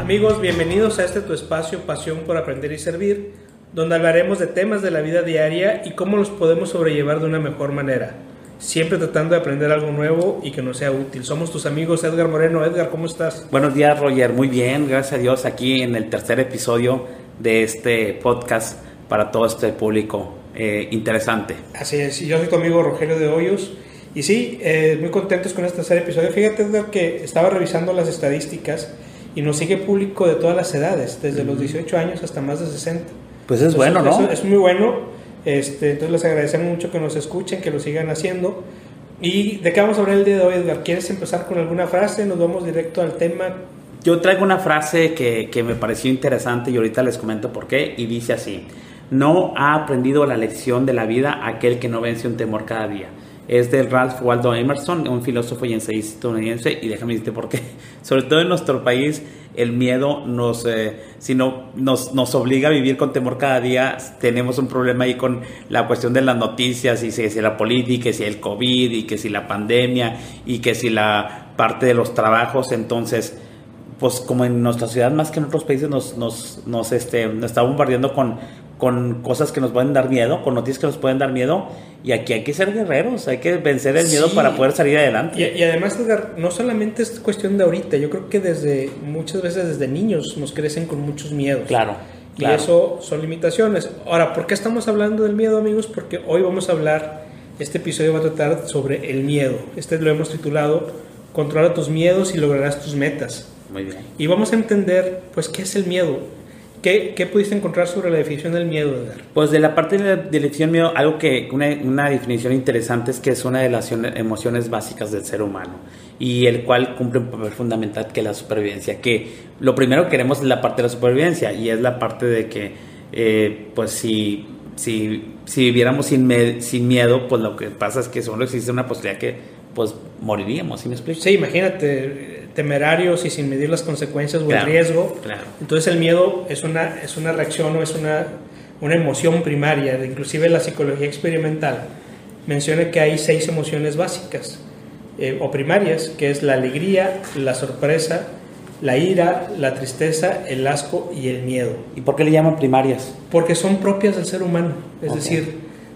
Amigos, bienvenidos a tu espacio Pasión por Aprender y Servir, donde hablaremos de temas de la vida diaria y cómo los podemos sobrellevar de una mejor manera, siempre tratando de aprender algo nuevo y que nos sea útil. Somos tus amigos Edgar Moreno. Edgar, ¿cómo estás? Buenos días, Roger. Muy bien, gracias a Dios, aquí en el tercer episodio de este podcast para todo este público interesante. Así es, y yo soy tu amigo Rogelio de Hoyos. Y sí, muy contentos con este tercer episodio. Fíjate, Edgar, que estaba revisando las estadísticas y nos sigue público de todas las edades, desde los 18 años hasta más de 60. Pues es bueno, ¿no? Es muy bueno. Entonces les agradecemos mucho que nos escuchen, que lo sigan haciendo. ¿Y de qué vamos a hablar el día de hoy, Edgar? ¿Quieres empezar con alguna frase? ¿Nos vamos directo al tema? Yo traigo una frase que me pareció interesante y ahorita les comento por qué, y dice así: no ha aprendido la lección de la vida aquel que no vence un temor cada día. Es de Ralph Waldo Emerson, un filósofo y ensayista estadounidense, y déjame decirte por qué. Sobre todo en nuestro país, el miedo nos obliga a vivir con temor cada día. Tenemos un problema ahí con la cuestión de las noticias, y si la política, y si el COVID, y que si la pandemia, y que si la parte de los trabajos. Entonces, pues como en nuestra ciudad más que en otros países nos está bombardeando con cosas que nos pueden dar miedo, con noticias que nos pueden dar miedo, y aquí hay que ser guerreros, hay que vencer el miedo para poder salir adelante. Y además, Edgar, no solamente es cuestión de ahorita, yo creo que muchas veces desde niños nos crecen con muchos miedos. Claro. Y eso son limitaciones. Ahora, ¿por qué estamos hablando del miedo, amigos? Porque hoy vamos a hablar, este episodio va a tratar sobre el miedo. Lo hemos titulado Controla tus miedos y lograrás tus metas. Muy bien. Y vamos a entender, pues, ¿qué es el miedo? ¿Qué pudiste encontrar sobre la definición del miedo, Edgar? Pues de la parte de la definición del miedo, algo una definición interesante es que es una de las emociones básicas del ser humano, y el cual cumple un papel fundamental, que es la supervivencia. Que lo primero que queremos es la parte de la supervivencia, y es la parte de que pues si viviéramos sin miedo, pues lo que pasa es que solo existe una posibilidad que pues moriríamos, ¿sí me explico? Sí, imagínate, temerarios y sin medir las consecuencias o el riesgo. Claro. Entonces el miedo es una reacción o es una emoción primaria. Inclusive la psicología experimental menciona que hay 6 emociones básicas o primarias, que es la alegría, la sorpresa, la ira, la tristeza, el asco y el miedo. ¿Y por qué le llaman primarias? Porque son propias del ser humano, es decir,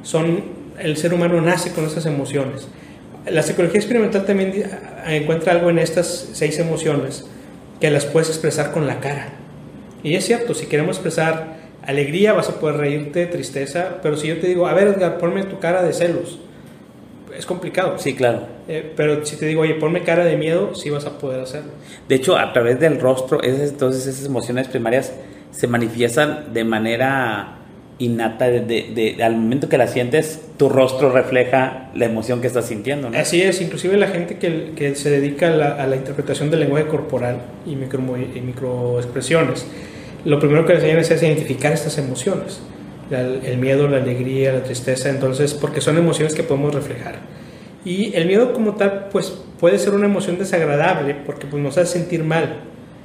el ser humano nace con esas emociones. La psicología experimental también encuentra algo en estas 6 emociones que las puedes expresar con la cara. Y es cierto, si queremos expresar alegría vas a poder reírte, tristeza, pero si yo te digo, a ver, Edgar, ponme tu cara de celos, es complicado. Sí, claro. Pero si te digo, oye, ponme cara de miedo, sí vas a poder hacerlo. De hecho, a través del rostro, entonces esas emociones primarias se manifiestan de manera innata. Al momento que la sientes, tu rostro refleja la emoción que estás sintiendo, ¿no? Así es, inclusive la gente que se dedica a la interpretación del lenguaje corporal y microexpresiones, lo primero que les enseñan es identificar estas emociones, el miedo, la alegría, la tristeza, entonces, porque son emociones que podemos reflejar. Y el miedo como tal, pues puede ser una emoción desagradable porque pues, nos hace sentir mal.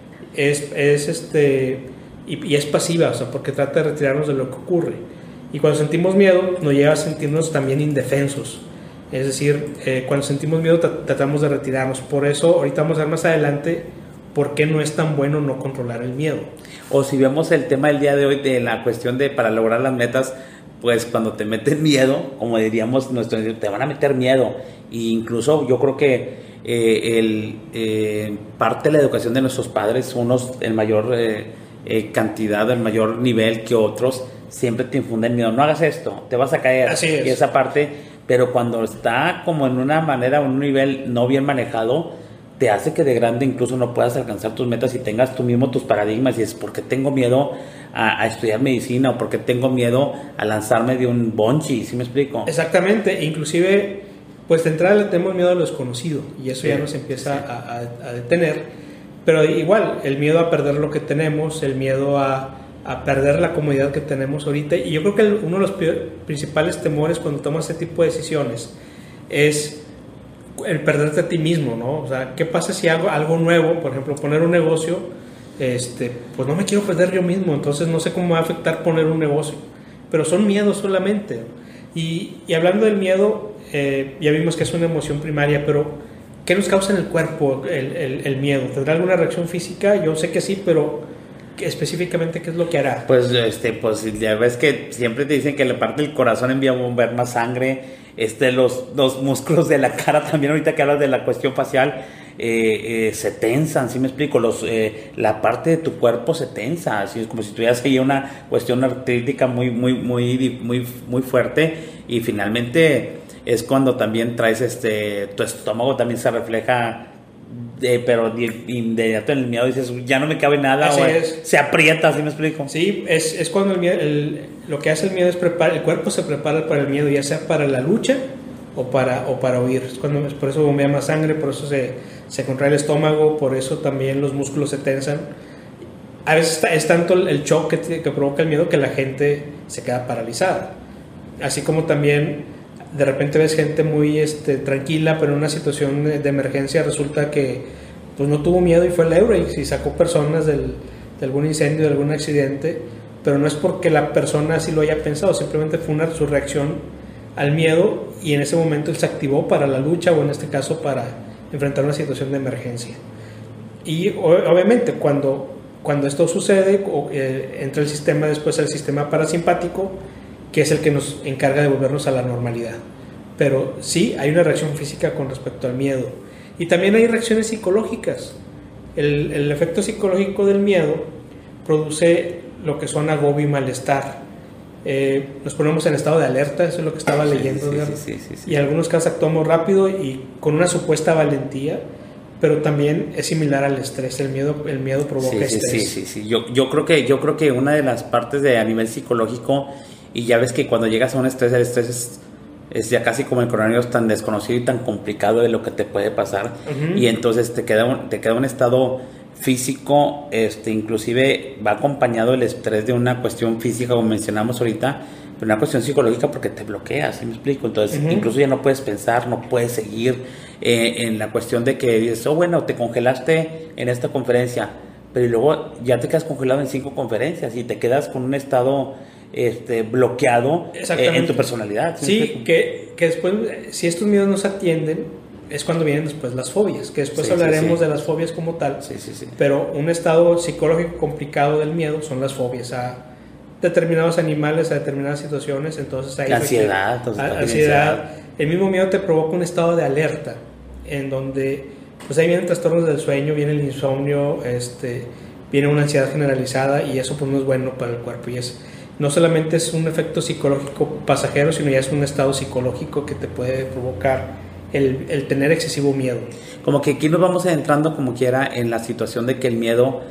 Y es pasiva, o sea, porque trata de retirarnos de lo que ocurre. Y cuando sentimos miedo, nos lleva a sentirnos también indefensos. Es decir, cuando sentimos miedo, tratamos de retirarnos. Por eso, ahorita vamos a ver más adelante por qué no es tan bueno no controlar el miedo. O si vemos el tema del día de hoy de la cuestión de para lograr las metas, pues cuando te meten miedo, como diríamos, te van a meter miedo. E incluso yo creo que parte de la educación de nuestros padres, unos en mayor cantidad, en mayor nivel que otros, siempre te infunden miedo. No hagas esto, te vas a caer. Así es. Y esa parte, pero cuando está como en una manera, un nivel no bien manejado, te hace que de grande incluso no puedas alcanzar tus metas y tengas tú mismo tus paradigmas. Y es porque tengo miedo a estudiar medicina, o porque tengo miedo a lanzarme de un bungee, ¿sí me explico? Exactamente, inclusive pues de entrada le tenemos miedo a lo desconocido y eso ya nos empieza a detener. Pero igual, el miedo a perder lo que tenemos, el miedo a perder la comodidad que tenemos ahorita. Y yo creo que uno de los principales temores cuando tomas este tipo de decisiones es el perderte a ti mismo, ¿no? O sea, ¿qué pasa si hago algo nuevo? Por ejemplo, poner un negocio, pues no me quiero perder yo mismo, entonces no sé cómo va a afectar poner un negocio. Pero son miedos solamente. Y hablando del miedo, ya vimos que es una emoción primaria, pero ¿qué nos causa en el cuerpo el miedo? ¿Tendrá alguna reacción física? Yo sé que sí, pero específicamente, ¿qué es lo que hará? Pues, pues ya ves que siempre te dicen que la parte del corazón envía a bombear más sangre, los músculos de la cara también, ahorita que hablas de la cuestión facial, se tensan, ¿sí me explico? La parte de tu cuerpo se tensa, así es como si tuvieras ahí una cuestión artrítica muy fuerte, y finalmente es cuando también traes tu estómago también se refleja. Pero de inmediato en el miedo dices, ya no me cabe nada, se aprieta, ¿sí me explico? Sí, es cuando el miedo, lo que hace el miedo es el cuerpo se prepara para el miedo, ya sea para la lucha o para huir. Por eso bombea más sangre, por eso se contrae el estómago, por eso también los músculos se tensan. A veces es tanto el shock que provoca el miedo que la gente se queda paralizada. Así como también de repente ves gente muy tranquila, pero en una situación de emergencia resulta que pues no tuvo miedo y fue el héroe y sacó personas de algún incendio, de algún accidente, pero no es porque la persona así lo haya pensado, simplemente fue su reacción al miedo, y en ese momento él se activó para la lucha, o en este caso para enfrentar una situación de emergencia. Y obviamente cuando esto sucede, entra después el sistema parasimpático, que es el que nos encarga de volvernos a la normalidad. Pero sí, hay una reacción física con respecto al miedo. Y también hay reacciones psicológicas. El efecto psicológico del miedo produce lo que son agobio y malestar. Nos ponemos en estado de alerta, eso es lo que estaba leyendo. Sí. Y en algunos casos actuamos rápido y con una supuesta valentía, pero también es similar al estrés. El miedo provoca estrés. Sí. Yo creo que una de las partes a nivel psicológico, y ya ves que cuando llegas a un estrés, el estrés es ya casi como el coronavirus, tan desconocido y tan complicado de lo que te puede pasar. Uh-huh. Y entonces te queda un estado físico, inclusive va acompañado el estrés de una cuestión física, como mencionamos ahorita, pero una cuestión psicológica porque te bloqueas, ¿sí me explico? Entonces, uh-huh, incluso ya no puedes pensar, no puedes seguir en la cuestión de que dices, bueno, te congelaste en esta conferencia, pero luego ya te quedas congelado en 5 conferencias y te quedas con un estado bloqueado en tu personalidad. Sí, que después, si estos miedos no se atienden, es cuando vienen después las fobias, que después hablaremos de las fobias como tal. Sí. Pero un estado psicológico complicado del miedo son las fobias a determinados animales, a determinadas situaciones. Entonces hay ansiedad. Ansiedad. El mismo miedo te provoca un estado de alerta, en donde pues ahí vienen trastornos del sueño, viene el insomnio, viene una ansiedad generalizada, y eso pues no es bueno para el cuerpo. Y no solamente es un efecto psicológico pasajero, sino ya es un estado psicológico que te puede provocar el tener excesivo miedo. Como que aquí nos vamos adentrando como quiera en la situación de que el miedo,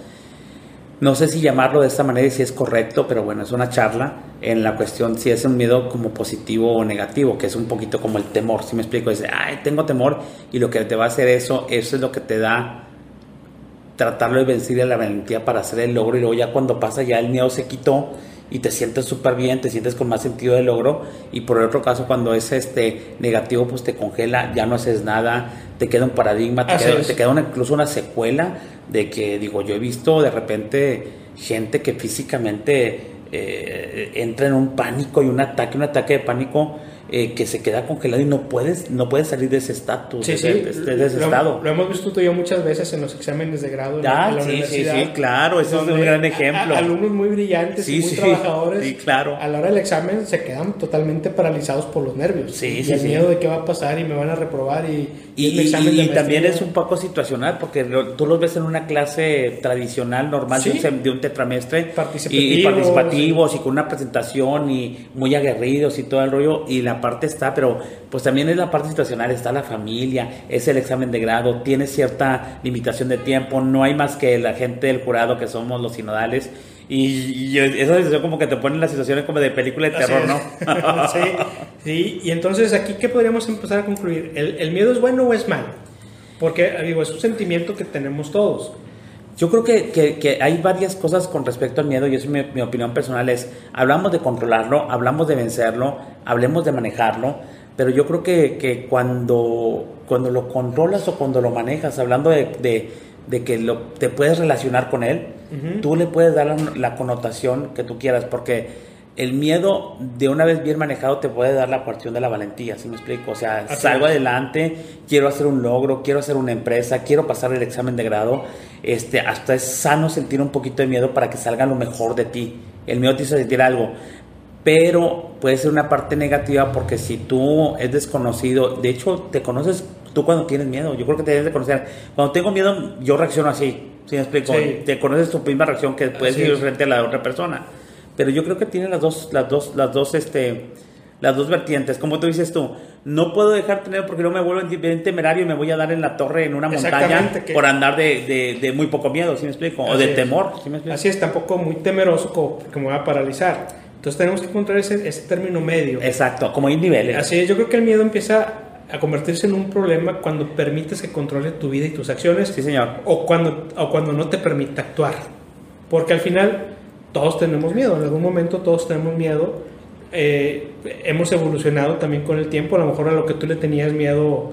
no sé si llamarlo de esta manera y si es correcto, pero bueno, es una charla en la cuestión si es un miedo como positivo o negativo, que es un poquito como el temor, ¿sí me explico? Dice, tengo temor, y lo que te va a hacer eso es lo que te da tratarlo de vencer a la valentía para hacer el logro, y luego ya cuando pasa, ya el miedo se quitó y te sientes súper bien, te sientes con más sentido de logro. Y por el otro caso, cuando es negativo, pues te congela, ya no haces nada, te queda un paradigma, te queda incluso una secuela de que, digo, yo he visto de repente gente que físicamente entra en un pánico y un ataque de pánico, que se queda congelado y no puedes salir de ese estatus, de ese estado. Lo hemos visto tú y yo muchas veces en los exámenes de grado en la universidad. Sí, claro, ese es un gran ejemplo. Alumnos muy brillantes y muy trabajadores, sí, claro, a la hora del examen se quedan totalmente paralizados por los nervios. El miedo de qué va a pasar y me van a reprobar. Y también es un poco situacional, porque tú los ves en una clase tradicional, normal, de un tetramestre, participativos y con una presentación y muy aguerridos y todo el rollo, y la parte está, pero pues también es la parte situacional, está la familia, es el examen de grado, tiene cierta limitación de tiempo, no hay más que la gente del jurado que somos los sinodales, y esa situación como que te pone en las situaciones como de película de terror, ¿no? Sí, y entonces aquí, ¿qué podríamos empezar a concluir? ¿El miedo es bueno o es malo? Porque, digo, es un sentimiento que tenemos todos. Yo creo que hay varias cosas con respecto al miedo, y eso es mi opinión personal, hablamos de controlarlo, hablamos de vencerlo, hablemos de manejarlo, pero yo creo que cuando lo controlas o cuando lo manejas, hablando de que te puedes relacionar con él, uh-huh, tú le puedes dar la connotación que tú quieras, porque el miedo de una vez bien manejado te puede dar la cuestión de la valentía, ¿sí me explico? O sea, salgo adelante, quiero hacer un logro, quiero hacer una empresa, quiero pasar el examen de grado, hasta es sano sentir un poquito de miedo para que salga lo mejor de ti. El miedo te hizo sentir algo, pero puede ser una parte negativa porque si tú es desconocido, de hecho te conoces tú cuando tienes miedo, yo creo que te debes de conocer. Cuando tengo miedo yo reacciono así, ¿sí me explico? Sí. Te conoces tu misma reacción que puedes ir frente a la otra persona. Pero yo creo que tiene las dos vertientes. Como tú dices tú, no puedo dejar tener porque no me vuelvo bien temerario y me voy a dar en la torre en una montaña por andar de muy poco miedo, ¿sí me explico? O de temor, ¿sí me explico? Así es, tampoco muy temeroso porque me va a paralizar. Entonces tenemos que encontrar ese término medio. Exacto, como hay niveles. Así es, yo creo que el miedo empieza a convertirse en un problema cuando permites que controle tu vida y tus acciones. Sí, señor. O cuando no te permite actuar. Porque al final todos tenemos miedo, en algún momento todos tenemos miedo. Hemos evolucionado también con el tiempo. A lo mejor a lo que tú le tenías miedo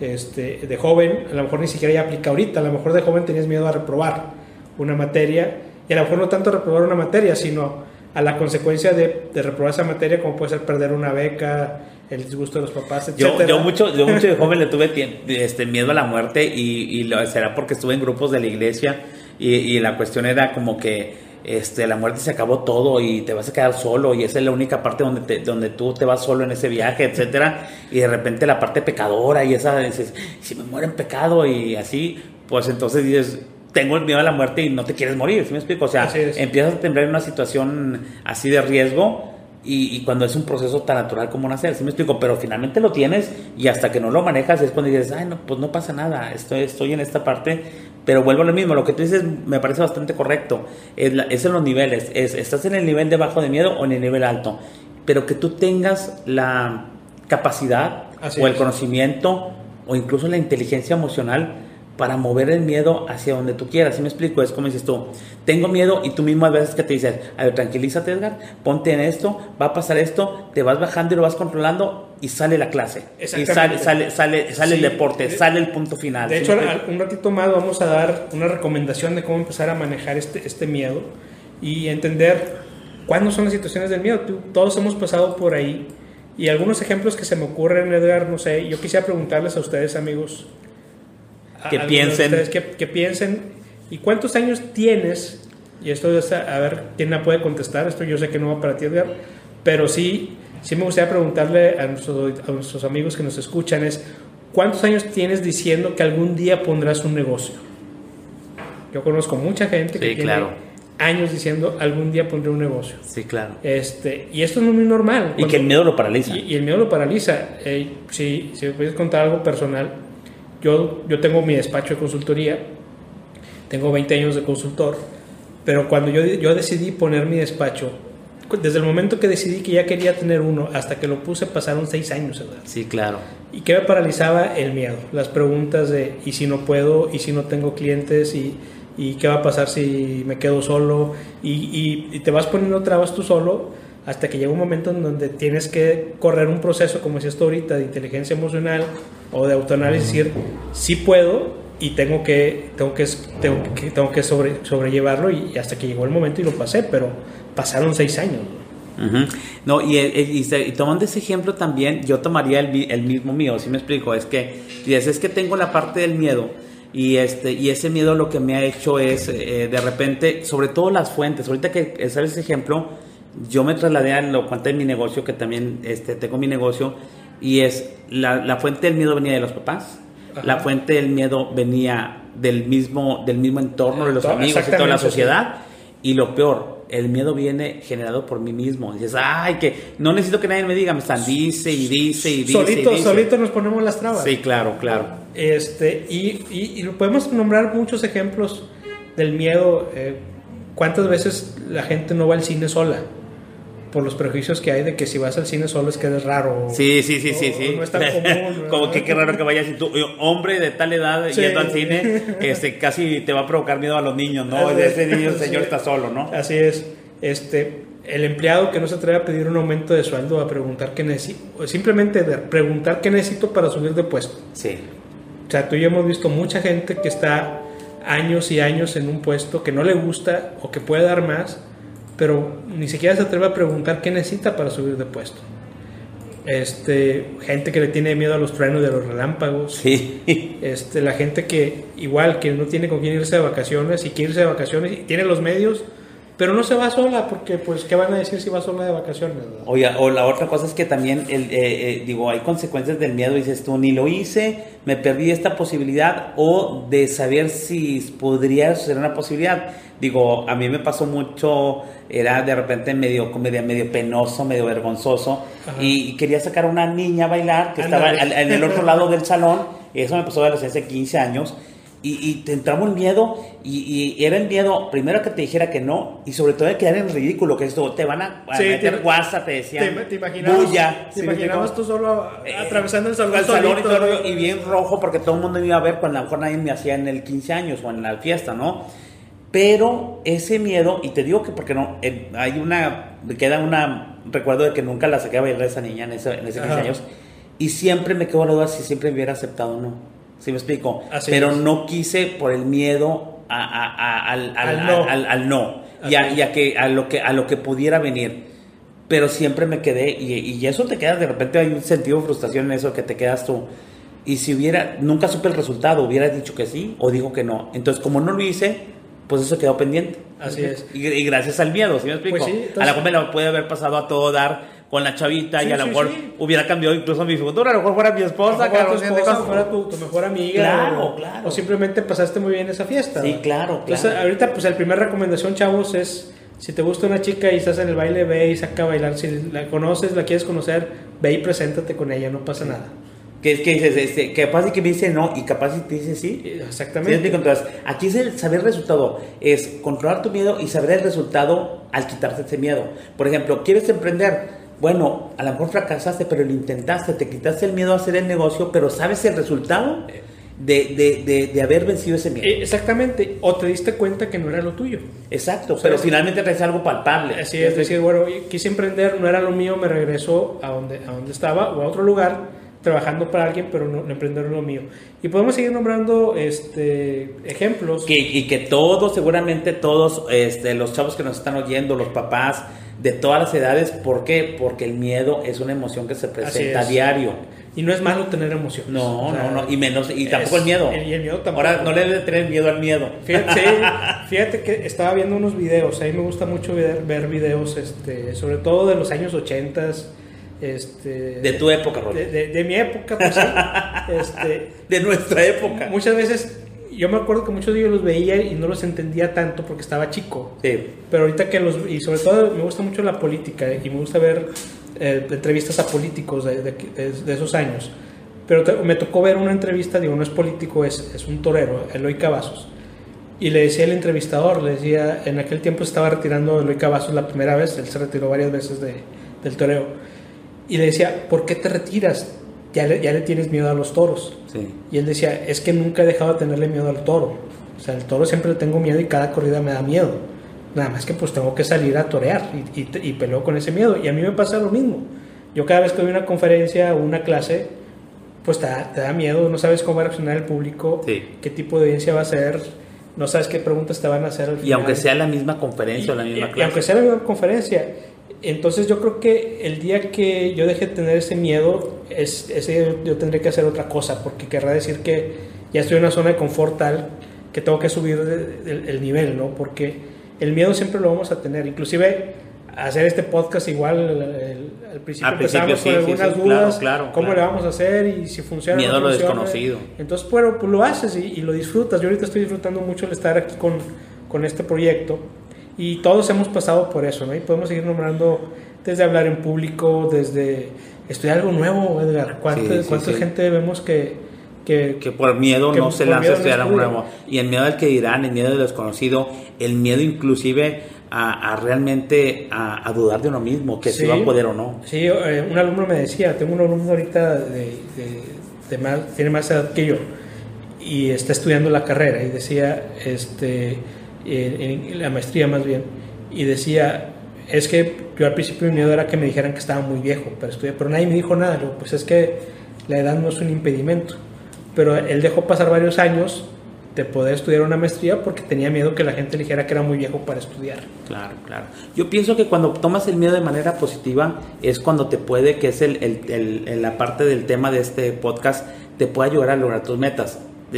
de joven, a lo mejor ni siquiera ya aplica ahorita. A lo mejor de joven tenías miedo a reprobar una materia, y a lo mejor no tanto a reprobar una materia, sino a la consecuencia de reprobar esa materia, como puede ser perder una beca, el disgusto de los papás, etc. Yo mucho de joven le tuve miedo a la muerte, y será porque estuve en grupos de la iglesia, y la cuestión era como que la muerte se acabó todo y te vas a quedar solo, y esa es la única parte donde tú te vas solo en ese viaje, etcétera, y de repente la parte pecadora y esa dices, si me muero en pecado y así, pues entonces dices, tengo el miedo a la muerte y no te quieres morir, ¿sí me explico? O sea, empiezas a temblar en una situación así de riesgo, y cuando es un proceso tan natural como nacer, ¿sí me explico? Pero finalmente lo tienes, y hasta que no lo manejas es cuando dices, ay, no, pues no pasa nada, estoy en esta parte. Pero vuelvo a lo mismo, lo que tú dices me parece bastante correcto, es en los niveles, estás en el nivel de bajo de miedo o en el nivel alto, pero que tú tengas la capacidad el conocimiento o incluso la inteligencia emocional para mover el miedo hacia donde tú quieras, ¿sí me explico? Es como dices tú, tengo miedo, y tú mismo a veces que te dices, a ver, tranquilízate, Edgar, ponte en esto, va a pasar esto, te vas bajando y lo vas controlando, y sale la clase, y sale el deporte, sale el punto final. De hecho, un ratito más vamos a dar una recomendación de cómo empezar a manejar este miedo y entender cuándo son las situaciones del miedo. Todos hemos pasado por ahí, y algunos ejemplos que se me ocurren, Edgar, no sé, yo quisiera preguntarles a ustedes, amigos, que piensen. Que piensen, ¿y cuántos años tienes? Y esto es a ver quién la puede contestar. Esto yo sé que no va para ti, Edgar, pero sí me gustaría preguntarle a nuestros amigos que nos escuchan es, ¿cuántos años tienes diciendo que algún día pondrás un negocio? Yo conozco mucha gente que tiene años diciendo algún día pondré un negocio. Sí, claro. Y esto no es muy normal. Y que el miedo lo paraliza. Y el miedo lo paraliza. Si me puedes contar algo personal, yo tengo mi despacho de consultoría, tengo 20 años de consultor, pero cuando yo decidí poner mi despacho, desde el momento que decidí que ya quería tener uno hasta que lo puse pasaron 6 años, ¿verdad? Sí, claro. ¿Y qué me paralizaba? El miedo, las preguntas de ¿y si no puedo? ¿Y si no tengo clientes? ¿Y qué va a pasar si me quedo solo? Y te vas poniendo trabas tú solo hasta que llega un momento en donde tienes que correr un proceso, como decías tú ahorita, de inteligencia emocional o de autoanálisis, decir, sí puedo y tengo que sobrellevarlo, y hasta que llegó el momento y lo pasé, pero pasaron 6 años. No, y tomando ese ejemplo también, yo tomaría el mismo mío, ¿sí me explico? Es que tengo la parte del miedo, y ese miedo lo que me ha hecho es, de repente, sobre todo las fuentes, ahorita que sabes ese ejemplo, yo me trasladé a lo cuanto de mi negocio, que también tengo mi negocio, y es la fuente del miedo venía de los papás. Ajá. La fuente del miedo venía del mismo entorno, de los amigos y toda la sociedad, y lo peor, el miedo viene generado por mí mismo. Dices, ay, que no necesito que nadie me diga, me están dice. Solito nos ponemos las trabas. Sí, claro. Y podemos nombrar muchos ejemplos del miedo. ¿Cuántas veces la gente no va al cine sola? Por los prejuicios que hay de que si vas al cine solo es que eres raro. Sí. No es tan común. Como que qué raro que vayas, y tú, hombre de tal edad, yendo al cine, casi te va a provocar miedo a los niños, ¿no? Ese niño, señor, está solo, ¿no? Así es. El empleado que no se atreve a pedir un aumento de sueldo, a preguntar qué necesito, simplemente preguntar qué necesito para subir de puesto. Sí. O sea, tú y yo hemos visto mucha gente que está años y años en un puesto que no le gusta o que puede dar más, pero ni siquiera se atreve a preguntar qué necesita para subir de puesto. Gente que le tiene miedo a los truenos de los relámpagos. Sí. La gente que igual que no tiene con quién irse de vacaciones y quiere irse de vacaciones y tiene los medios, pero no se va sola porque pues qué van a decir si va sola de vacaciones, ¿verdad? Oye, o la otra cosa es que también hay consecuencias del miedo. Dices tú, ni lo hice, me perdí esta posibilidad, o de saber si podría ser una posibilidad. Digo, a mí me pasó mucho, era de repente medio penoso, medio vergonzoso, y quería sacar a una niña a bailar que estaba en el otro lado del salón. Eso me pasó hace 15 años. Y te entraba un miedo, y era el miedo, primero que te dijera que no, y sobre todo de quedar en ridículo, que esto te van a meter guasa, te decían, te imaginabas, bulla. te imaginabas tú solo atravesando el salón, y bien rojo, porque todo el mundo me iba a ver, cuando a lo mejor nadie me hacía en el 15 años o en la fiesta, ¿no? Pero ese miedo, y te digo que porque no, recuerdo de que nunca la saqué a bailar esa niña en ese 15 años, y siempre me quedó la duda si siempre me hubiera aceptado o no. ¿Sí me explico? Pero no quise por el miedo al no. Y a lo que pudiera venir. Pero siempre me quedé, y eso te quedas, de repente hay un sentido de frustración en eso, que te quedas tú. Y si nunca supe el resultado, hubiera dicho que sí o dijo que no. Entonces, como no lo hice, pues eso quedó pendiente. Así es. Y gracias al miedo, ¿sí me explico? Pues sí, entonces, a la cual me lo puede haber pasado a todo dar con la chavita, y a lo mejor hubiera cambiado incluso mi futuro, a lo mejor fuera mi esposa, fuera tu mejor amiga, claro. O simplemente pasaste muy bien esa fiesta. Sí, claro. Entonces, ahorita, pues, la primera recomendación, chavos, es: si te gusta una chica y estás en el baile, ve y saca a bailar. Si la conoces, la quieres conocer, ve y preséntate con ella, no pasa nada. Que dices, capaz de que me dice no, y capaz de que te dice sí. Exactamente. ¿Sí? Entonces, aquí es el saber el resultado, es controlar tu miedo y saber el resultado al quitarse ese miedo. Por ejemplo, ¿quieres emprender? Bueno, a lo mejor fracasaste, pero lo intentaste, te quitaste el miedo a hacer el negocio, pero ¿sabes el resultado de haber vencido ese miedo? Exactamente, o te diste cuenta que no era lo tuyo. Exacto, pero finalmente traes algo palpable. Así es decir, bueno, quise emprender, no era lo mío, me regreso a donde estaba, o a otro lugar, trabajando para alguien, pero no emprender lo mío. Y podemos seguir nombrando ejemplos. Y que seguramente todos los chavos que nos están oyendo, los papás de todas las edades, ¿por qué? Porque el miedo es una emoción que se presenta a diario. Y no es malo tener emociones. No, y tampoco el miedo. Y el miedo tampoco. Ahora, no le debe tener miedo al miedo. Fíjate que estaba viendo unos videos, a mí me gusta mucho ver videos, sobre todo de los años 80s. De tu época, Rolly. De mi época, pues sí. De nuestra época. Muchas veces, yo me acuerdo que muchos de ellos los veía y no los entendía tanto porque estaba chico. Sí. Pero ahorita y sobre todo me gusta mucho la política, y me gusta ver entrevistas a políticos de esos años. Pero me tocó ver una entrevista, digo, no es político, es un torero, Eloy Cavazos. Y le decía el entrevistador, le decía, en aquel tiempo se estaba retirando Eloy Cavazos la primera vez, él se retiró varias veces del toreo. Y le decía, ¿por qué te retiras? Ya le tienes miedo a los toros. Sí. Y él decía, es que nunca he dejado de tenerle miedo al toro. O sea, el toro siempre le tengo miedo y cada corrida me da miedo. Nada más que pues tengo que salir a torear y peleo con ese miedo. Y a mí me pasa lo mismo. Yo cada vez que doy una conferencia o una clase, pues te da miedo, no sabes cómo va a reaccionar el público, qué tipo de audiencia va a ser, no sabes qué preguntas te van a hacer al final. Y aunque sea la misma conferencia o la misma clase. Y aunque sea la misma conferencia. Entonces yo creo que el día que yo deje de tener ese miedo, ese yo tendré que hacer otra cosa, porque querrá decir que ya estoy en una zona de confort tal que tengo que subir el nivel, ¿no? Porque el miedo siempre lo vamos a tener. Inclusive hacer este podcast igual al principio empezamos con algunas dudas, claro, cómo le vamos a hacer y si funciona miedo o no funciona. Miedo a lo desconocido. Entonces, bueno, pues lo haces y lo disfrutas. Yo ahorita estoy disfrutando mucho el estar aquí con este proyecto. Y todos hemos pasado por eso, ¿no? Y podemos seguir nombrando desde hablar en público, desde estudiar algo nuevo, Edgar. ¿Cuánta gente vemos que por miedo no se lanza a estudiar algo nuevo? Y el miedo al que dirán, el miedo del desconocido, el miedo inclusive a realmente a dudar de uno mismo, que si va a poder o no. Sí, un alumno me decía, tengo un alumno ahorita tiene más edad que yo y está estudiando la carrera y decía, en la maestría más bien, y decía, es que yo al principio mi miedo era que me dijeran que estaba muy viejo para estudiar, pero nadie me dijo nada. Pues es que la edad no es un impedimento, pero él dejó pasar varios años de poder estudiar una maestría porque tenía miedo que la gente le dijera que era muy viejo para estudiar. Claro, claro. Yo pienso que cuando tomas el miedo de manera positiva es cuando te puede, que es la parte del tema de este podcast, te puede ayudar a lograr tus metas.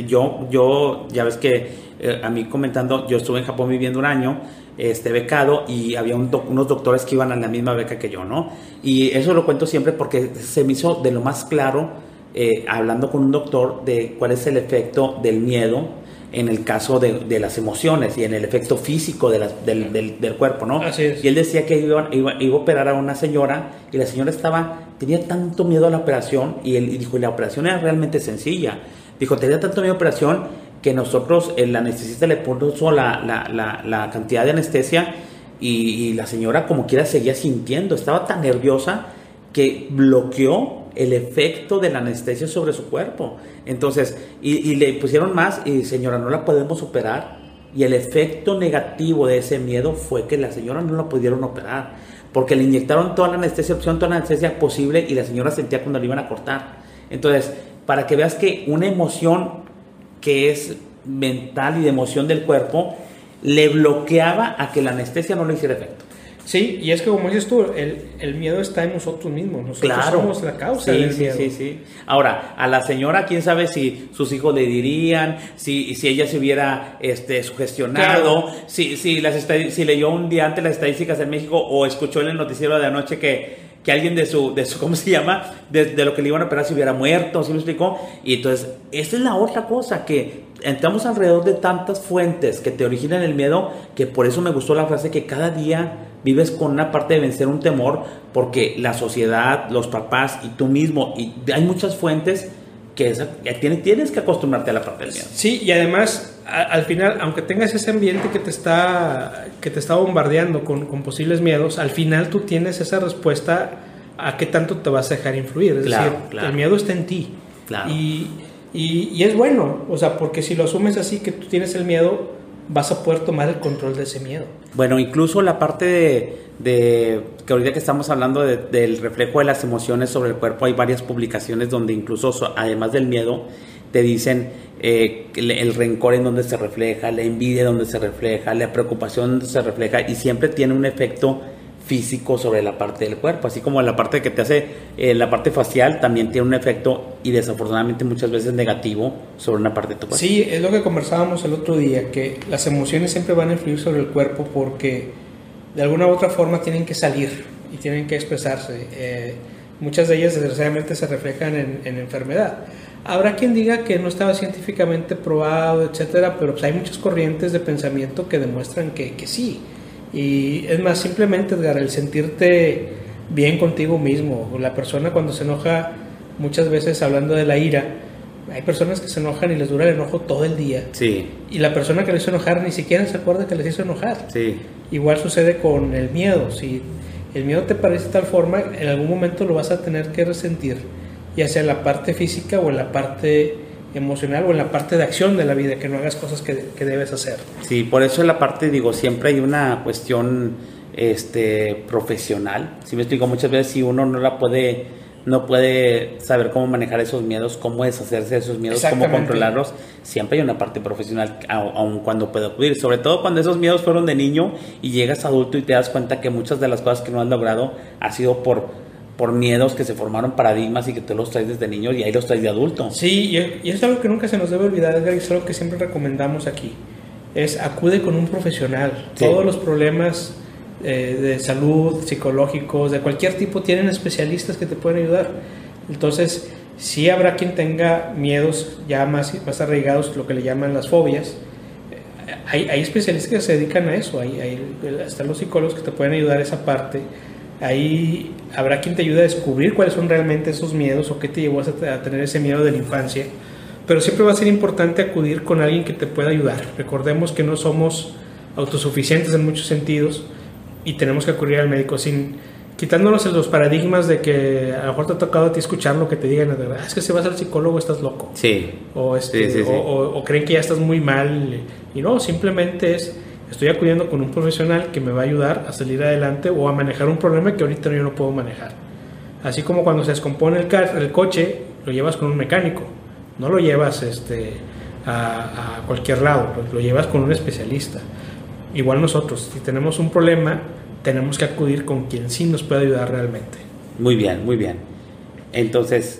Yo ya ves que a mí comentando, yo estuve en Japón viviendo un año, becado, y había unos doctores que iban a la misma beca que yo, ¿no? Y eso lo cuento siempre porque se me hizo de lo más claro, hablando con un doctor, de cuál es el efecto del miedo en el caso de las emociones y en el efecto físico del cuerpo, ¿no? Así es. Y él decía que iba a operar a una señora y la señora tenía tanto miedo a la operación y él dijo, la operación era realmente sencilla. Dijo, tenía tanto miedo a la operación que nosotros, el anestesista le puso la cantidad de anestesia y la señora como quiera seguía sintiendo, estaba tan nerviosa que bloqueó el efecto de la anestesia sobre su cuerpo. Entonces, y le pusieron más y señora, no la podemos operar. Y el efecto negativo de ese miedo fue que la señora no la pudieron operar, porque le inyectaron toda la anestesia, pusieron toda la anestesia posible y la señora sentía cuando le iban a cortar. Entonces, para que veas que una emoción que es mental y de emoción del cuerpo le bloqueaba a que la anestesia no le hiciera efecto. Sí, y es que como dices tú, el miedo está en nosotros mismos. Nosotros claro, somos la causa del miedo. Sí. Ahora, a la señora, quién sabe si sus hijos le dirían, si ella se hubiera sugestionado, claro. si leyó un día antes las estadísticas en México o escuchó en el noticiero de anoche que alguien de su ¿cómo se llama? De lo que le iban a operar se hubiera muerto, ¿sí me explicó? Y entonces, esa es la otra cosa, que entramos alrededor de tantas fuentes que te originan el miedo, que por eso me gustó la frase que cada día vives con una parte de vencer un temor, porque la sociedad, los papás y tú mismo, y hay muchas fuentes que tienes que acostumbrarte a la parte del miedo. Sí, y además, al final, aunque tengas ese ambiente que te está bombardeando con posibles miedos, al final tú tienes esa respuesta a qué tanto te vas a dejar influir. Es decir, el miedo está en ti. Claro. Y es bueno, o sea, porque si lo asumes así, que tú tienes el miedo, vas a poder tomar el control de ese miedo. Bueno, incluso la parte de que ahorita que estamos hablando del reflejo de las emociones sobre el cuerpo, hay varias publicaciones donde incluso, además del miedo, te dicen el rencor en donde se refleja, la envidia donde se refleja, la preocupación donde se refleja, y siempre tiene un efecto físico sobre la parte del cuerpo, así como la parte que te hace, la parte facial también tiene un efecto, y desafortunadamente muchas veces negativo, sobre una parte de tu cuerpo. Sí, es lo que conversábamos el otro día, que las emociones siempre van a influir sobre el cuerpo porque de alguna u otra forma tienen que salir y tienen que expresarse. Muchas de ellas desgraciadamente se reflejan en enfermedad. Habrá quien diga que no estaba científicamente probado, etcétera, pero pues hay muchas corrientes de pensamiento que demuestran que sí. Y es más, simplemente, Edgar, el sentirte bien contigo mismo. La persona cuando se enoja, muchas veces hablando de la ira, hay personas que se enojan y les dura el enojo todo el día. Sí. Y la persona que les hizo enojar ni siquiera se acuerda que les hizo enojar. Sí. Igual sucede con el miedo. Si el miedo te parece de tal forma, en algún momento lo vas a tener que resentir, ya sea en la parte física o en la parte emocional o en la parte de acción de la vida, que no hagas cosas que debes hacer. Sí, por eso en la parte, siempre hay una cuestión profesional. Si me explico, muchas veces si uno no puede saber cómo manejar esos miedos, cómo deshacerse de esos miedos, cómo controlarlos, siempre hay una parte profesional, aun cuando puede acudir, sobre todo cuando esos miedos fueron de niño y llegas adulto y te das cuenta que muchas de las cosas que no has logrado ha sido por miedos que se formaron paradigmas y que tú los traes desde niño y ahí los traes de adulto. Sí, y es algo que nunca se nos debe olvidar, Edgar, y es algo que siempre recomendamos aquí, es acude con un profesional. Sí. Todos los problemas de salud, psicológicos, de cualquier tipo, tienen especialistas que te pueden ayudar. Entonces, sí habrá quien tenga miedos ya más arraigados, lo que le llaman las fobias. Hay especialistas que se dedican a eso, están los psicólogos que te pueden ayudar a esa parte. Ahí habrá quien te ayude a descubrir cuáles son realmente esos miedos o qué te llevó a tener ese miedo de la infancia. Pero siempre va a ser importante acudir con alguien que te pueda ayudar. Recordemos que no somos autosuficientes en muchos sentidos y tenemos que acudir al médico quitándonos los paradigmas de que a lo mejor te ha tocado a ti escuchar lo que te digan, es que si vas al psicólogo estás loco. Sí. O creen que ya estás muy mal. Y no, simplemente estoy acudiendo con un profesional que me va a ayudar a salir adelante o a manejar un problema que ahorita yo no puedo manejar. Así como cuando se descompone el coche, lo llevas con un mecánico, no lo llevas a cualquier lado, lo llevas con un especialista. Igual nosotros, si tenemos un problema, tenemos que acudir con quien sí nos puede ayudar realmente. Muy bien, muy bien. Entonces,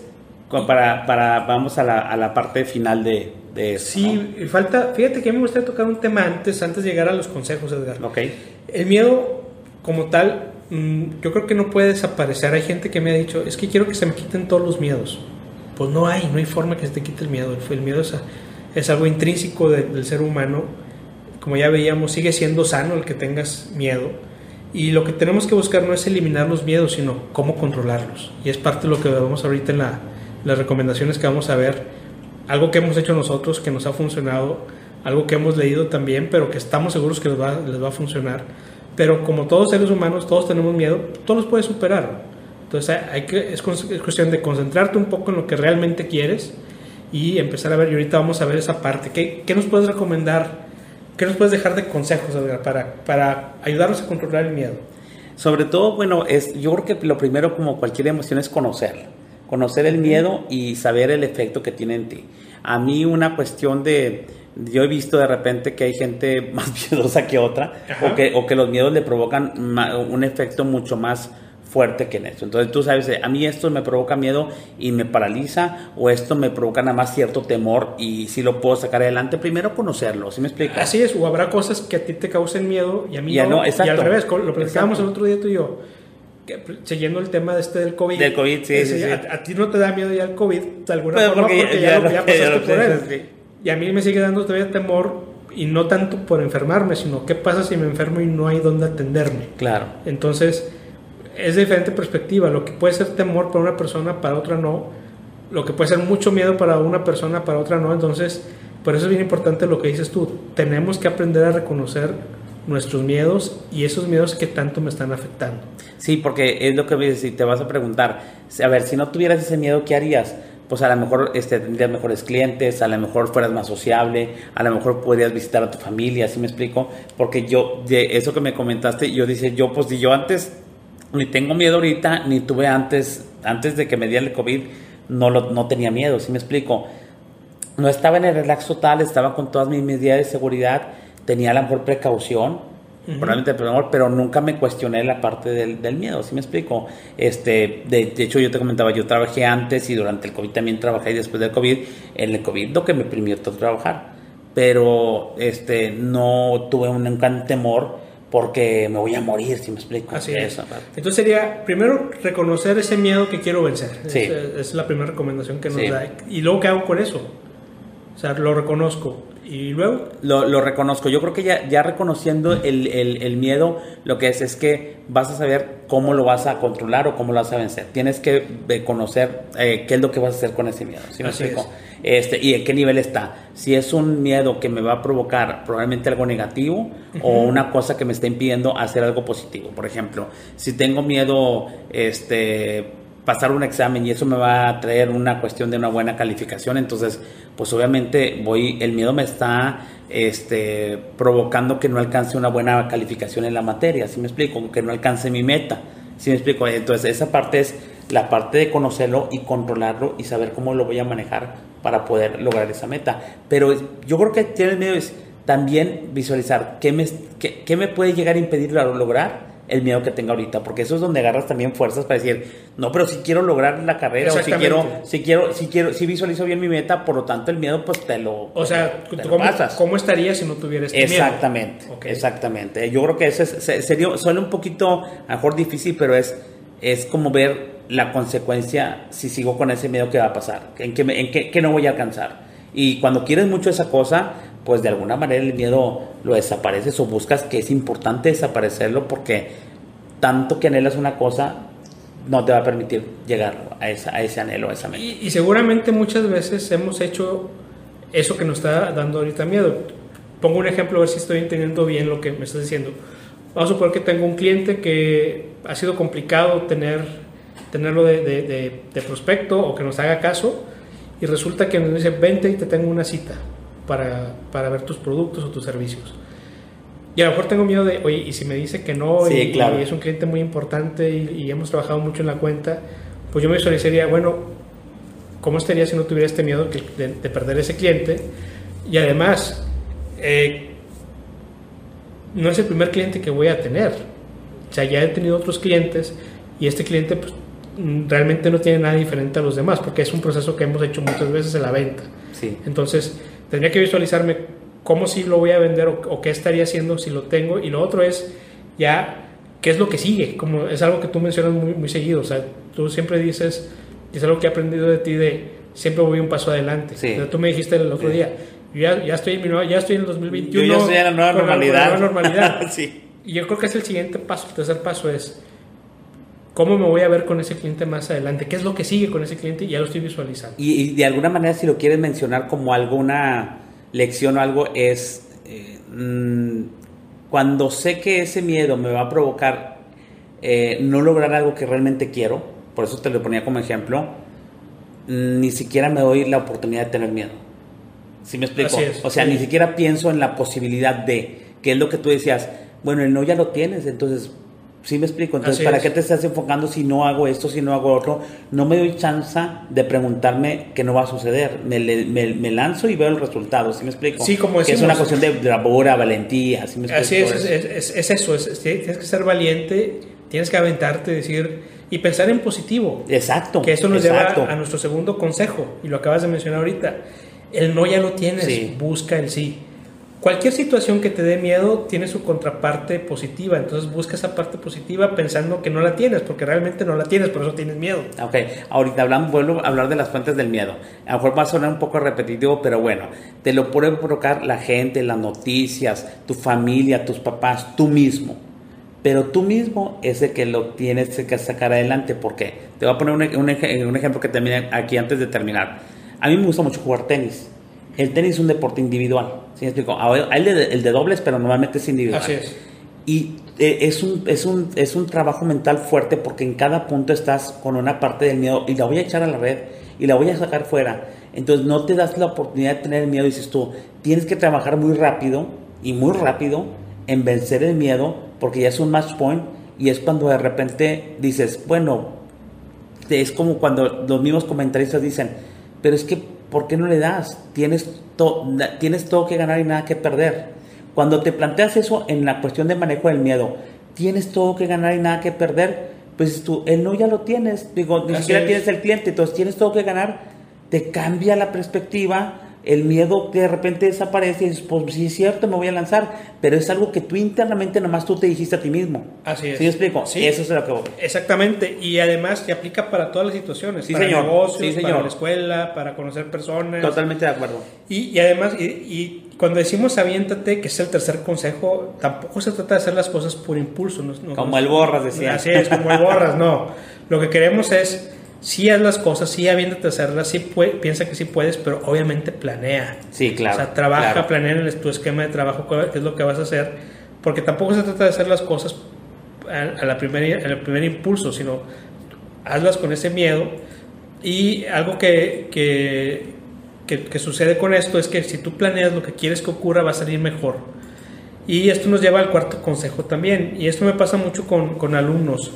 vamos a la parte final de eso. Sí, ¿no? Fíjate que a mí me gustaría tocar un tema antes de llegar a los consejos, Edgar. Ok. El miedo como tal, yo creo que no puede desaparecer. Hay gente que me ha dicho, es que quiero que se me quiten todos los miedos. Pues no hay forma que se te quite el miedo. El miedo es algo intrínseco del ser humano. Como ya veíamos, sigue siendo sano el que tengas miedo. Y lo que tenemos que buscar no es eliminar los miedos, sino cómo controlarlos. Y es parte de lo que vemos ahorita en las recomendaciones que vamos a ver. Algo que hemos hecho nosotros, que nos ha funcionado. Algo que hemos leído también, pero que estamos seguros que les va a funcionar. Pero como todos seres humanos, todos tenemos miedo, todos los puedes superar. Entonces es cuestión de concentrarte un poco en lo que realmente quieres y empezar a ver. Y ahorita vamos a ver esa parte. ¿Qué nos puedes recomendar? ¿Qué nos puedes dejar de consejos, Edgar, para ayudarnos a controlar el miedo? Sobre todo, bueno, yo creo que lo primero, como cualquier emoción, es conocerla. Conocer el miedo y saber el efecto que tiene en ti. A mí una cuestión yo he visto de repente que hay gente más miedosa que otra, o que los miedos le provocan un efecto mucho más fuerte que en esto. Entonces tú sabes, a mí esto me provoca miedo y me paraliza, o esto me provoca nada más cierto temor y si lo puedo sacar adelante. Primero conocerlo, ¿sí me explico? Así es, o habrá cosas que a ti te causen miedo y a mí ya no, y al revés, lo platicábamos el otro día tú y yo, siguiendo el tema del COVID. Del COVID, sí. A ti no te da miedo ya el COVID, de alguna forma, porque ya pasaste por él. Sí. Y a mí me sigue dando todavía temor, y no tanto por enfermarme, sino qué pasa si me enfermo y no hay dónde atenderme. Claro. Entonces, es de diferente perspectiva. Lo que puede ser temor para una persona, para otra no. Lo que puede ser mucho miedo para una persona, para otra no. Entonces, por eso es bien importante lo que dices tú. Tenemos que aprender a reconocer nuestros miedos y esos miedos que tanto me están afectando. Sí, porque es lo que si te vas a preguntar, a ver, si no tuvieras ese miedo, ¿qué harías? Pues a lo mejor tendrías mejores clientes, a lo mejor fueras más sociable, a lo mejor podrías visitar a tu familia, ¿sí me explico? Porque de eso que me comentaste, yo antes ni tengo miedo ahorita, ni tuve antes de que me diera el COVID, no tenía miedo, ¿sí me explico? No estaba en el relax total, estaba con todas mis medidas de seguridad, tenía a lo mejor precaución, probablemente, pero nunca me cuestioné la parte del miedo, ¿sí me explico? De hecho, yo te comentaba, yo trabajé antes y durante el COVID también trabajé, y después del COVID, en el COVID lo que me permitió trabajar, pero no tuve un gran temor porque me voy a morir, ¿sí me explico? Así es. Entonces sería, primero, reconocer ese miedo que quiero vencer. Sí. Es la primera recomendación que nos da. Y luego, ¿qué hago con eso? O sea, lo reconozco. ¿Y luego? Lo reconozco. Yo creo que ya reconociendo el miedo, lo que es que vas a saber cómo lo vas a controlar o cómo lo vas a vencer. Tienes que conocer qué es lo que vas a hacer con ese miedo. ¿Sí me explico? Y en qué nivel está. Si es un miedo que me va a provocar probablemente algo negativo o una cosa que me está impidiendo hacer algo positivo. Por ejemplo, si tengo miedo pasar un examen y eso me va a traer una cuestión de una buena calificación, entonces pues obviamente el miedo me está provocando que no alcance una buena calificación en la materia, ¿sí me explico? Que no alcance mi meta, ¿sí me explico? Entonces esa parte es la parte de conocerlo y controlarlo y saber cómo lo voy a manejar para poder lograr esa meta. Pero yo creo que tiene miedo es también visualizar qué me puede llegar a impedir lograr el miedo que tenga ahorita, porque eso es donde agarras también fuerzas para decir, no, pero si quiero lograr la carrera, o si visualizo bien mi meta, por lo tanto el miedo pues te lo pasas. ¿Cómo estaría si no tuviera miedo? Exactamente. Yo creo que suena un poquito a lo mejor difícil, pero es como ver la consecuencia si sigo con ese miedo que va a pasar, en qué no voy a alcanzar. Y cuando quieres mucho esa cosa, pues de alguna manera el miedo lo desapareces o buscas, que es importante desaparecerlo, porque tanto que anhelas una cosa no te va a permitir llegar a ese anhelo, a esa meta. Y seguramente muchas veces hemos hecho eso que nos está dando ahorita miedo. Pongo un ejemplo, a ver si estoy entendiendo bien lo que me estás diciendo. Vamos a suponer que tengo un cliente que ha sido complicado tenerlo de prospecto o que nos haga caso, y resulta que nos dice, vente y te tengo una cita para ver tus productos o tus servicios. Y a lo mejor tengo miedo de, oye, y si me dice que no, sí, claro, y es un cliente muy importante y hemos trabajado mucho en la cuenta, pues yo me visualizaría, bueno, ¿cómo estaría si no tuviera este miedo de perder ese cliente? Y además, no es el primer cliente que voy a tener. O sea, ya he tenido otros clientes y este cliente pues, realmente no tiene nada diferente a los demás porque es un proceso que hemos hecho muchas veces en la venta. Sí. Entonces, tendría que visualizarme cómo sí lo voy a vender o qué estaría haciendo si lo tengo. Y lo otro es ya qué es lo que sigue. Como es algo que tú mencionas muy, muy seguido. O sea, tú siempre dices, y es algo que he aprendido de ti, de siempre voy un paso adelante. Sí. O sea, tú me dijiste el otro día, ya estoy en el 2021. Yo ya estoy en la nueva normalidad. La nueva normalidad. Sí. Y yo creo que es el siguiente paso. El tercer paso es cómo me voy a ver con ese cliente más adelante, qué es lo que sigue con ese cliente y ya lo estoy visualizando. Y de alguna manera, si lo quieres mencionar como alguna lección o algo, es cuando sé que ese miedo me va a provocar no lograr algo que realmente quiero, por eso te lo ponía como ejemplo, ni siquiera me doy la oportunidad de tener miedo. ¿Sí me explico? O sea, ni siquiera pienso en la posibilidad de, que es lo que tú decías, bueno, el no ya lo tienes, entonces, ¿sí me explico? Entonces, ¿para qué te estás enfocando si no hago esto, si no hago otro? No me doy chance de preguntarme qué no va a suceder. Me lanzo y veo el resultado, ¿sí me explico? Sí, como decimos. Que es una cuestión de bravura, valentía, ¿sí me explico? Así es eso, tienes que ser valiente, tienes que aventarte, decir, y pensar en positivo. Exacto. Que eso nos lleva a nuestro segundo consejo, y lo acabas de mencionar ahorita. El no ya lo tienes, busca el sí. Cualquier situación que te dé miedo tiene su contraparte positiva, entonces busca esa parte positiva pensando que no la tienes, porque realmente no la tienes, por eso tienes miedo. Ok, ahorita vuelvo a hablar de las fuentes del miedo. A lo mejor va a sonar un poco repetitivo, pero bueno, te lo puede provocar la gente, las noticias, tu familia, tus papás, tú mismo. Pero tú mismo es el que lo tienes que sacar adelante. ¿Por qué? Te voy a poner un ejemplo que termine aquí antes de terminar. A mí me gusta mucho jugar tenis. El tenis es un deporte individual, ¿sí me explico? Hay el de dobles, pero normalmente es individual. Así es. Y es un trabajo mental fuerte porque en cada punto estás con una parte del miedo y la voy a echar a la red y la voy a sacar fuera. Entonces no te das la oportunidad de tener miedo, dices tú, tienes que trabajar muy rápido en vencer el miedo porque ya es un match point y es cuando de repente dices, bueno, es como cuando los mismos comentaristas dicen, pero es que ¿por qué no le das? Tienes todo que ganar y nada que perder. Cuando te planteas eso en la cuestión de manejo del miedo, tienes todo que ganar y nada que perder, pues tú, el no ya lo tienes, digo, ni siquiera tienes el cliente, entonces tienes todo que ganar, te cambia la perspectiva, el miedo que de repente desaparece y dices, pues sí es cierto, me voy a lanzar, pero es algo que tú internamente nomás tú te dijiste a ti mismo. Así es. ¿Sí me explico? Sí. Eso es lo que voy. Exactamente, y además te aplica para todas las situaciones, Sí, para señor. negocios, Sí, señor. para la escuela, para conocer personas. Totalmente de acuerdo. Y además, y cuando decimos aviéntate, que es el tercer consejo, tampoco se trata de hacer las cosas por impulso. Como el Borras decía. Así es, como el Borras, no. Lo que queremos es, sí haz las cosas, sí aviéntate a hacerlas, sí piensa que sí puedes, pero obviamente planea. Sí, claro. O sea, trabaja, claro. planea en tu esquema de trabajo qué es lo que vas a hacer, porque tampoco se trata de hacer las cosas al primer impulso, sino hazlas con ese miedo. Y algo que sucede con esto es que si tú planeas lo que quieres que ocurra, va a salir mejor. Y esto nos lleva al cuarto consejo también, y esto me pasa mucho con alumnos.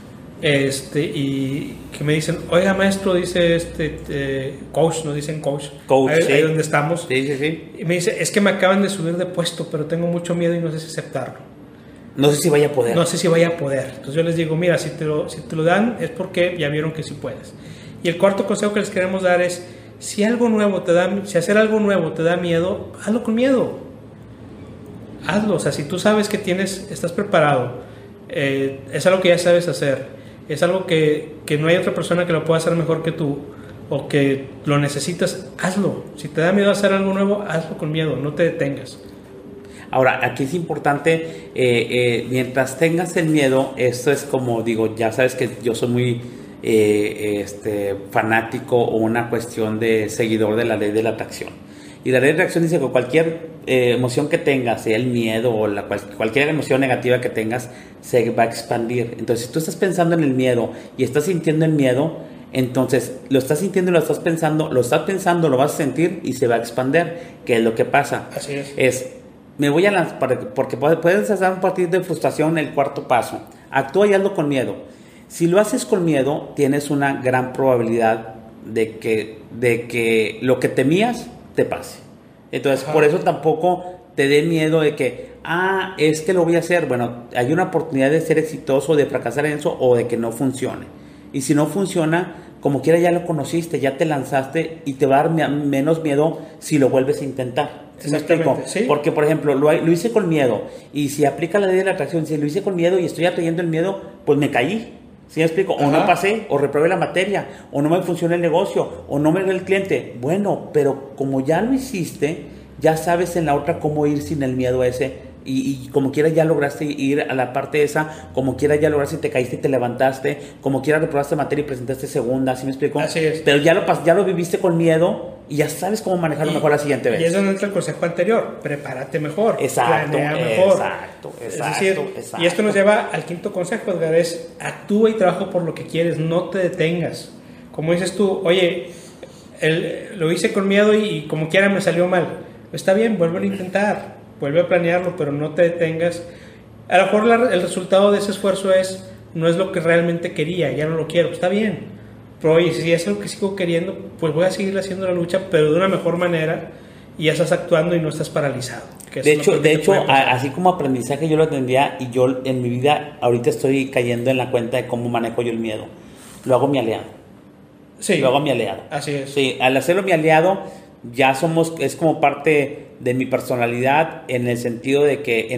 Y que me dicen, oiga maestro, dice coach, nos dicen coach ahí donde estamos. Sí. Y me dice, es que me acaban de subir de puesto, pero tengo mucho miedo y no sé si aceptarlo. No sé si vaya a poder. Entonces yo les digo, mira, si te lo dan es porque ya vieron que sí puedes. Y el cuarto consejo que les queremos dar es, si hacer algo nuevo te da miedo, hazlo con miedo. Hazlo, o sea, si tú sabes que estás preparado, es algo que ya sabes hacer, es algo que no hay otra persona que lo pueda hacer mejor que tú o que lo necesitas, hazlo. Si te da miedo hacer algo nuevo, hazlo con miedo, no te detengas. Ahora, aquí es importante, mientras tengas el miedo, esto es como digo, ya sabes que yo soy muy fanático o una cuestión de seguidor de la ley de la atracción. Y la ley de atracción dice que cualquier emoción que tengas, sea el miedo o cualquier emoción negativa que tengas, se va a expandir. Entonces, si tú estás pensando en el miedo y estás sintiendo el miedo, entonces lo estás sintiendo y lo estás pensando, lo vas a sentir y se va a expandir. ¿Qué es lo que pasa? Así es. Me voy a lanzar, porque puedes hacer un partido de frustración el cuarto paso. Actúa y hazlo con miedo. Si lo haces con miedo, tienes una gran probabilidad de que lo que temías te pase. Entonces, por eso tampoco te dé miedo de que, es que lo voy a hacer. Bueno, hay una oportunidad de ser exitoso, de fracasar en eso o de que no funcione. Y si no funciona, como quiera ya lo conociste, ya te lanzaste y te va a dar menos miedo si lo vuelves a intentar. ¿Sí me explico? ¿Sí? Porque, por ejemplo, lo hice con miedo. Y si aplica la ley de la atracción, si lo hice con miedo y estoy atrayendo el miedo, pues me caí. ¿Sí me explico? O no pasé, o reprobé la materia, o no me funciona el negocio, o no me ve el cliente. Bueno, pero como ya lo hiciste, ya sabes en la otra cómo ir sin el miedo ese. Y como quiera ya lograste ir a la parte esa, como quiera ya lograste, te caíste y te levantaste, como quiera reprobaste materia y presentaste segunda, ¿sí me explico? Así es. Pero ya lo viviste con miedo y ya sabes cómo manejarlo mejor la siguiente vez. Y es donde entra el consejo anterior, prepárate mejor, exacto, planea mejor. Exacto. Y esto nos lleva al quinto consejo, Edgar, es actúa y trabaja por lo que quieres, no te detengas. Como dices tú, oye, lo hice con miedo y como quiera me salió mal. Está bien, vuelve a intentar. Vuelve a planearlo, pero no te detengas. A lo mejor el resultado de ese esfuerzo no es lo que realmente quería, ya no lo quiero, está bien. Pero oye, si es algo que sigo queriendo, pues voy a seguir haciendo la lucha, pero de una mejor manera, y ya estás actuando y no estás paralizado. De hecho, así como aprendizaje yo lo entendía, y yo en mi vida ahorita estoy cayendo en la cuenta de cómo manejo yo el miedo. Lo hago mi aliado. Sí. Lo hago mi aliado. Así es. Sí, al hacerlo mi aliado, ya es como parte de mi personalidad, en el sentido de que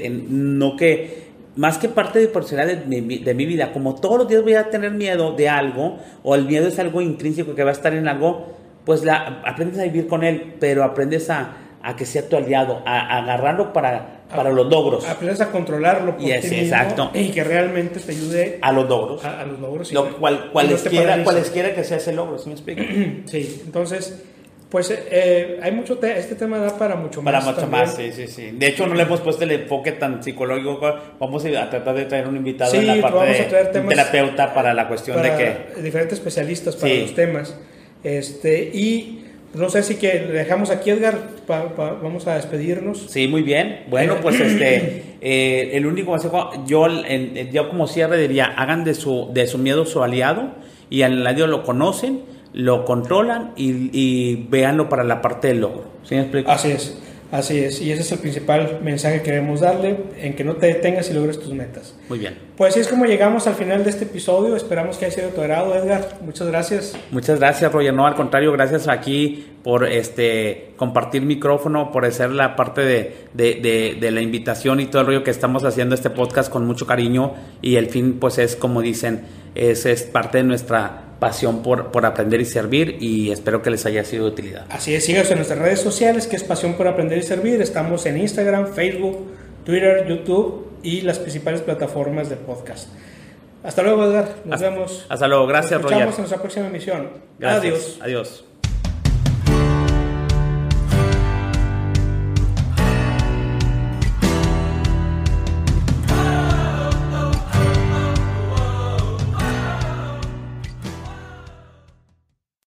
más que parte de personalidad de mi vida, como todos los días voy a tener miedo de algo, o el miedo es algo intrínseco que va a estar en algo, pues aprendes a vivir con él, pero aprendes a que sea tu aliado, a agarrarlo para los logros. Aprendes a controlarlo por ti mismo, exacto. Y que realmente te ayude a los logros. A los logros. Cualesquiera que sea ese logro, ¿sí me explico? Sí, entonces... Pues hay mucho este tema da para mucho más. Para mucho más, sí. De hecho, no le hemos puesto el enfoque tan psicológico. Vamos a tratar de traer un invitado en la parte de un terapeuta para la cuestión de que... diferentes especialistas para los temas. Y no sé si que le dejamos aquí, Edgar, vamos a despedirnos. Sí, muy bien. Bueno, pues el único consejo, yo como cierre diría, hagan de su miedo su aliado, y al aliado lo conocen, lo controlan y véanlo para la parte del logro. ¿Sí me explico? Así es. Y ese es el principal mensaje que queremos darle, en que no te detengas y logres tus metas. Muy bien. Pues así es como llegamos al final de este episodio. Esperamos que haya sido de tu agrado, Edgar. Muchas gracias. Muchas gracias, Roger. No, al contrario, gracias aquí por compartir micrófono, por hacer la parte de la invitación y todo el rollo que estamos haciendo este podcast con mucho cariño, y el fin pues es, como dicen, es parte de nuestra pasión por aprender y servir, y espero que les haya sido de utilidad. Así es, síganos en nuestras redes sociales, que es Pasión por Aprender y Servir. Estamos en Instagram, Facebook, Twitter, YouTube y las principales plataformas de podcast. Hasta luego, Edgar. Nos vemos. Hasta luego. Gracias, Roger. Nos escuchamos en nuestra próxima emisión. Gracias. Adiós. Adiós.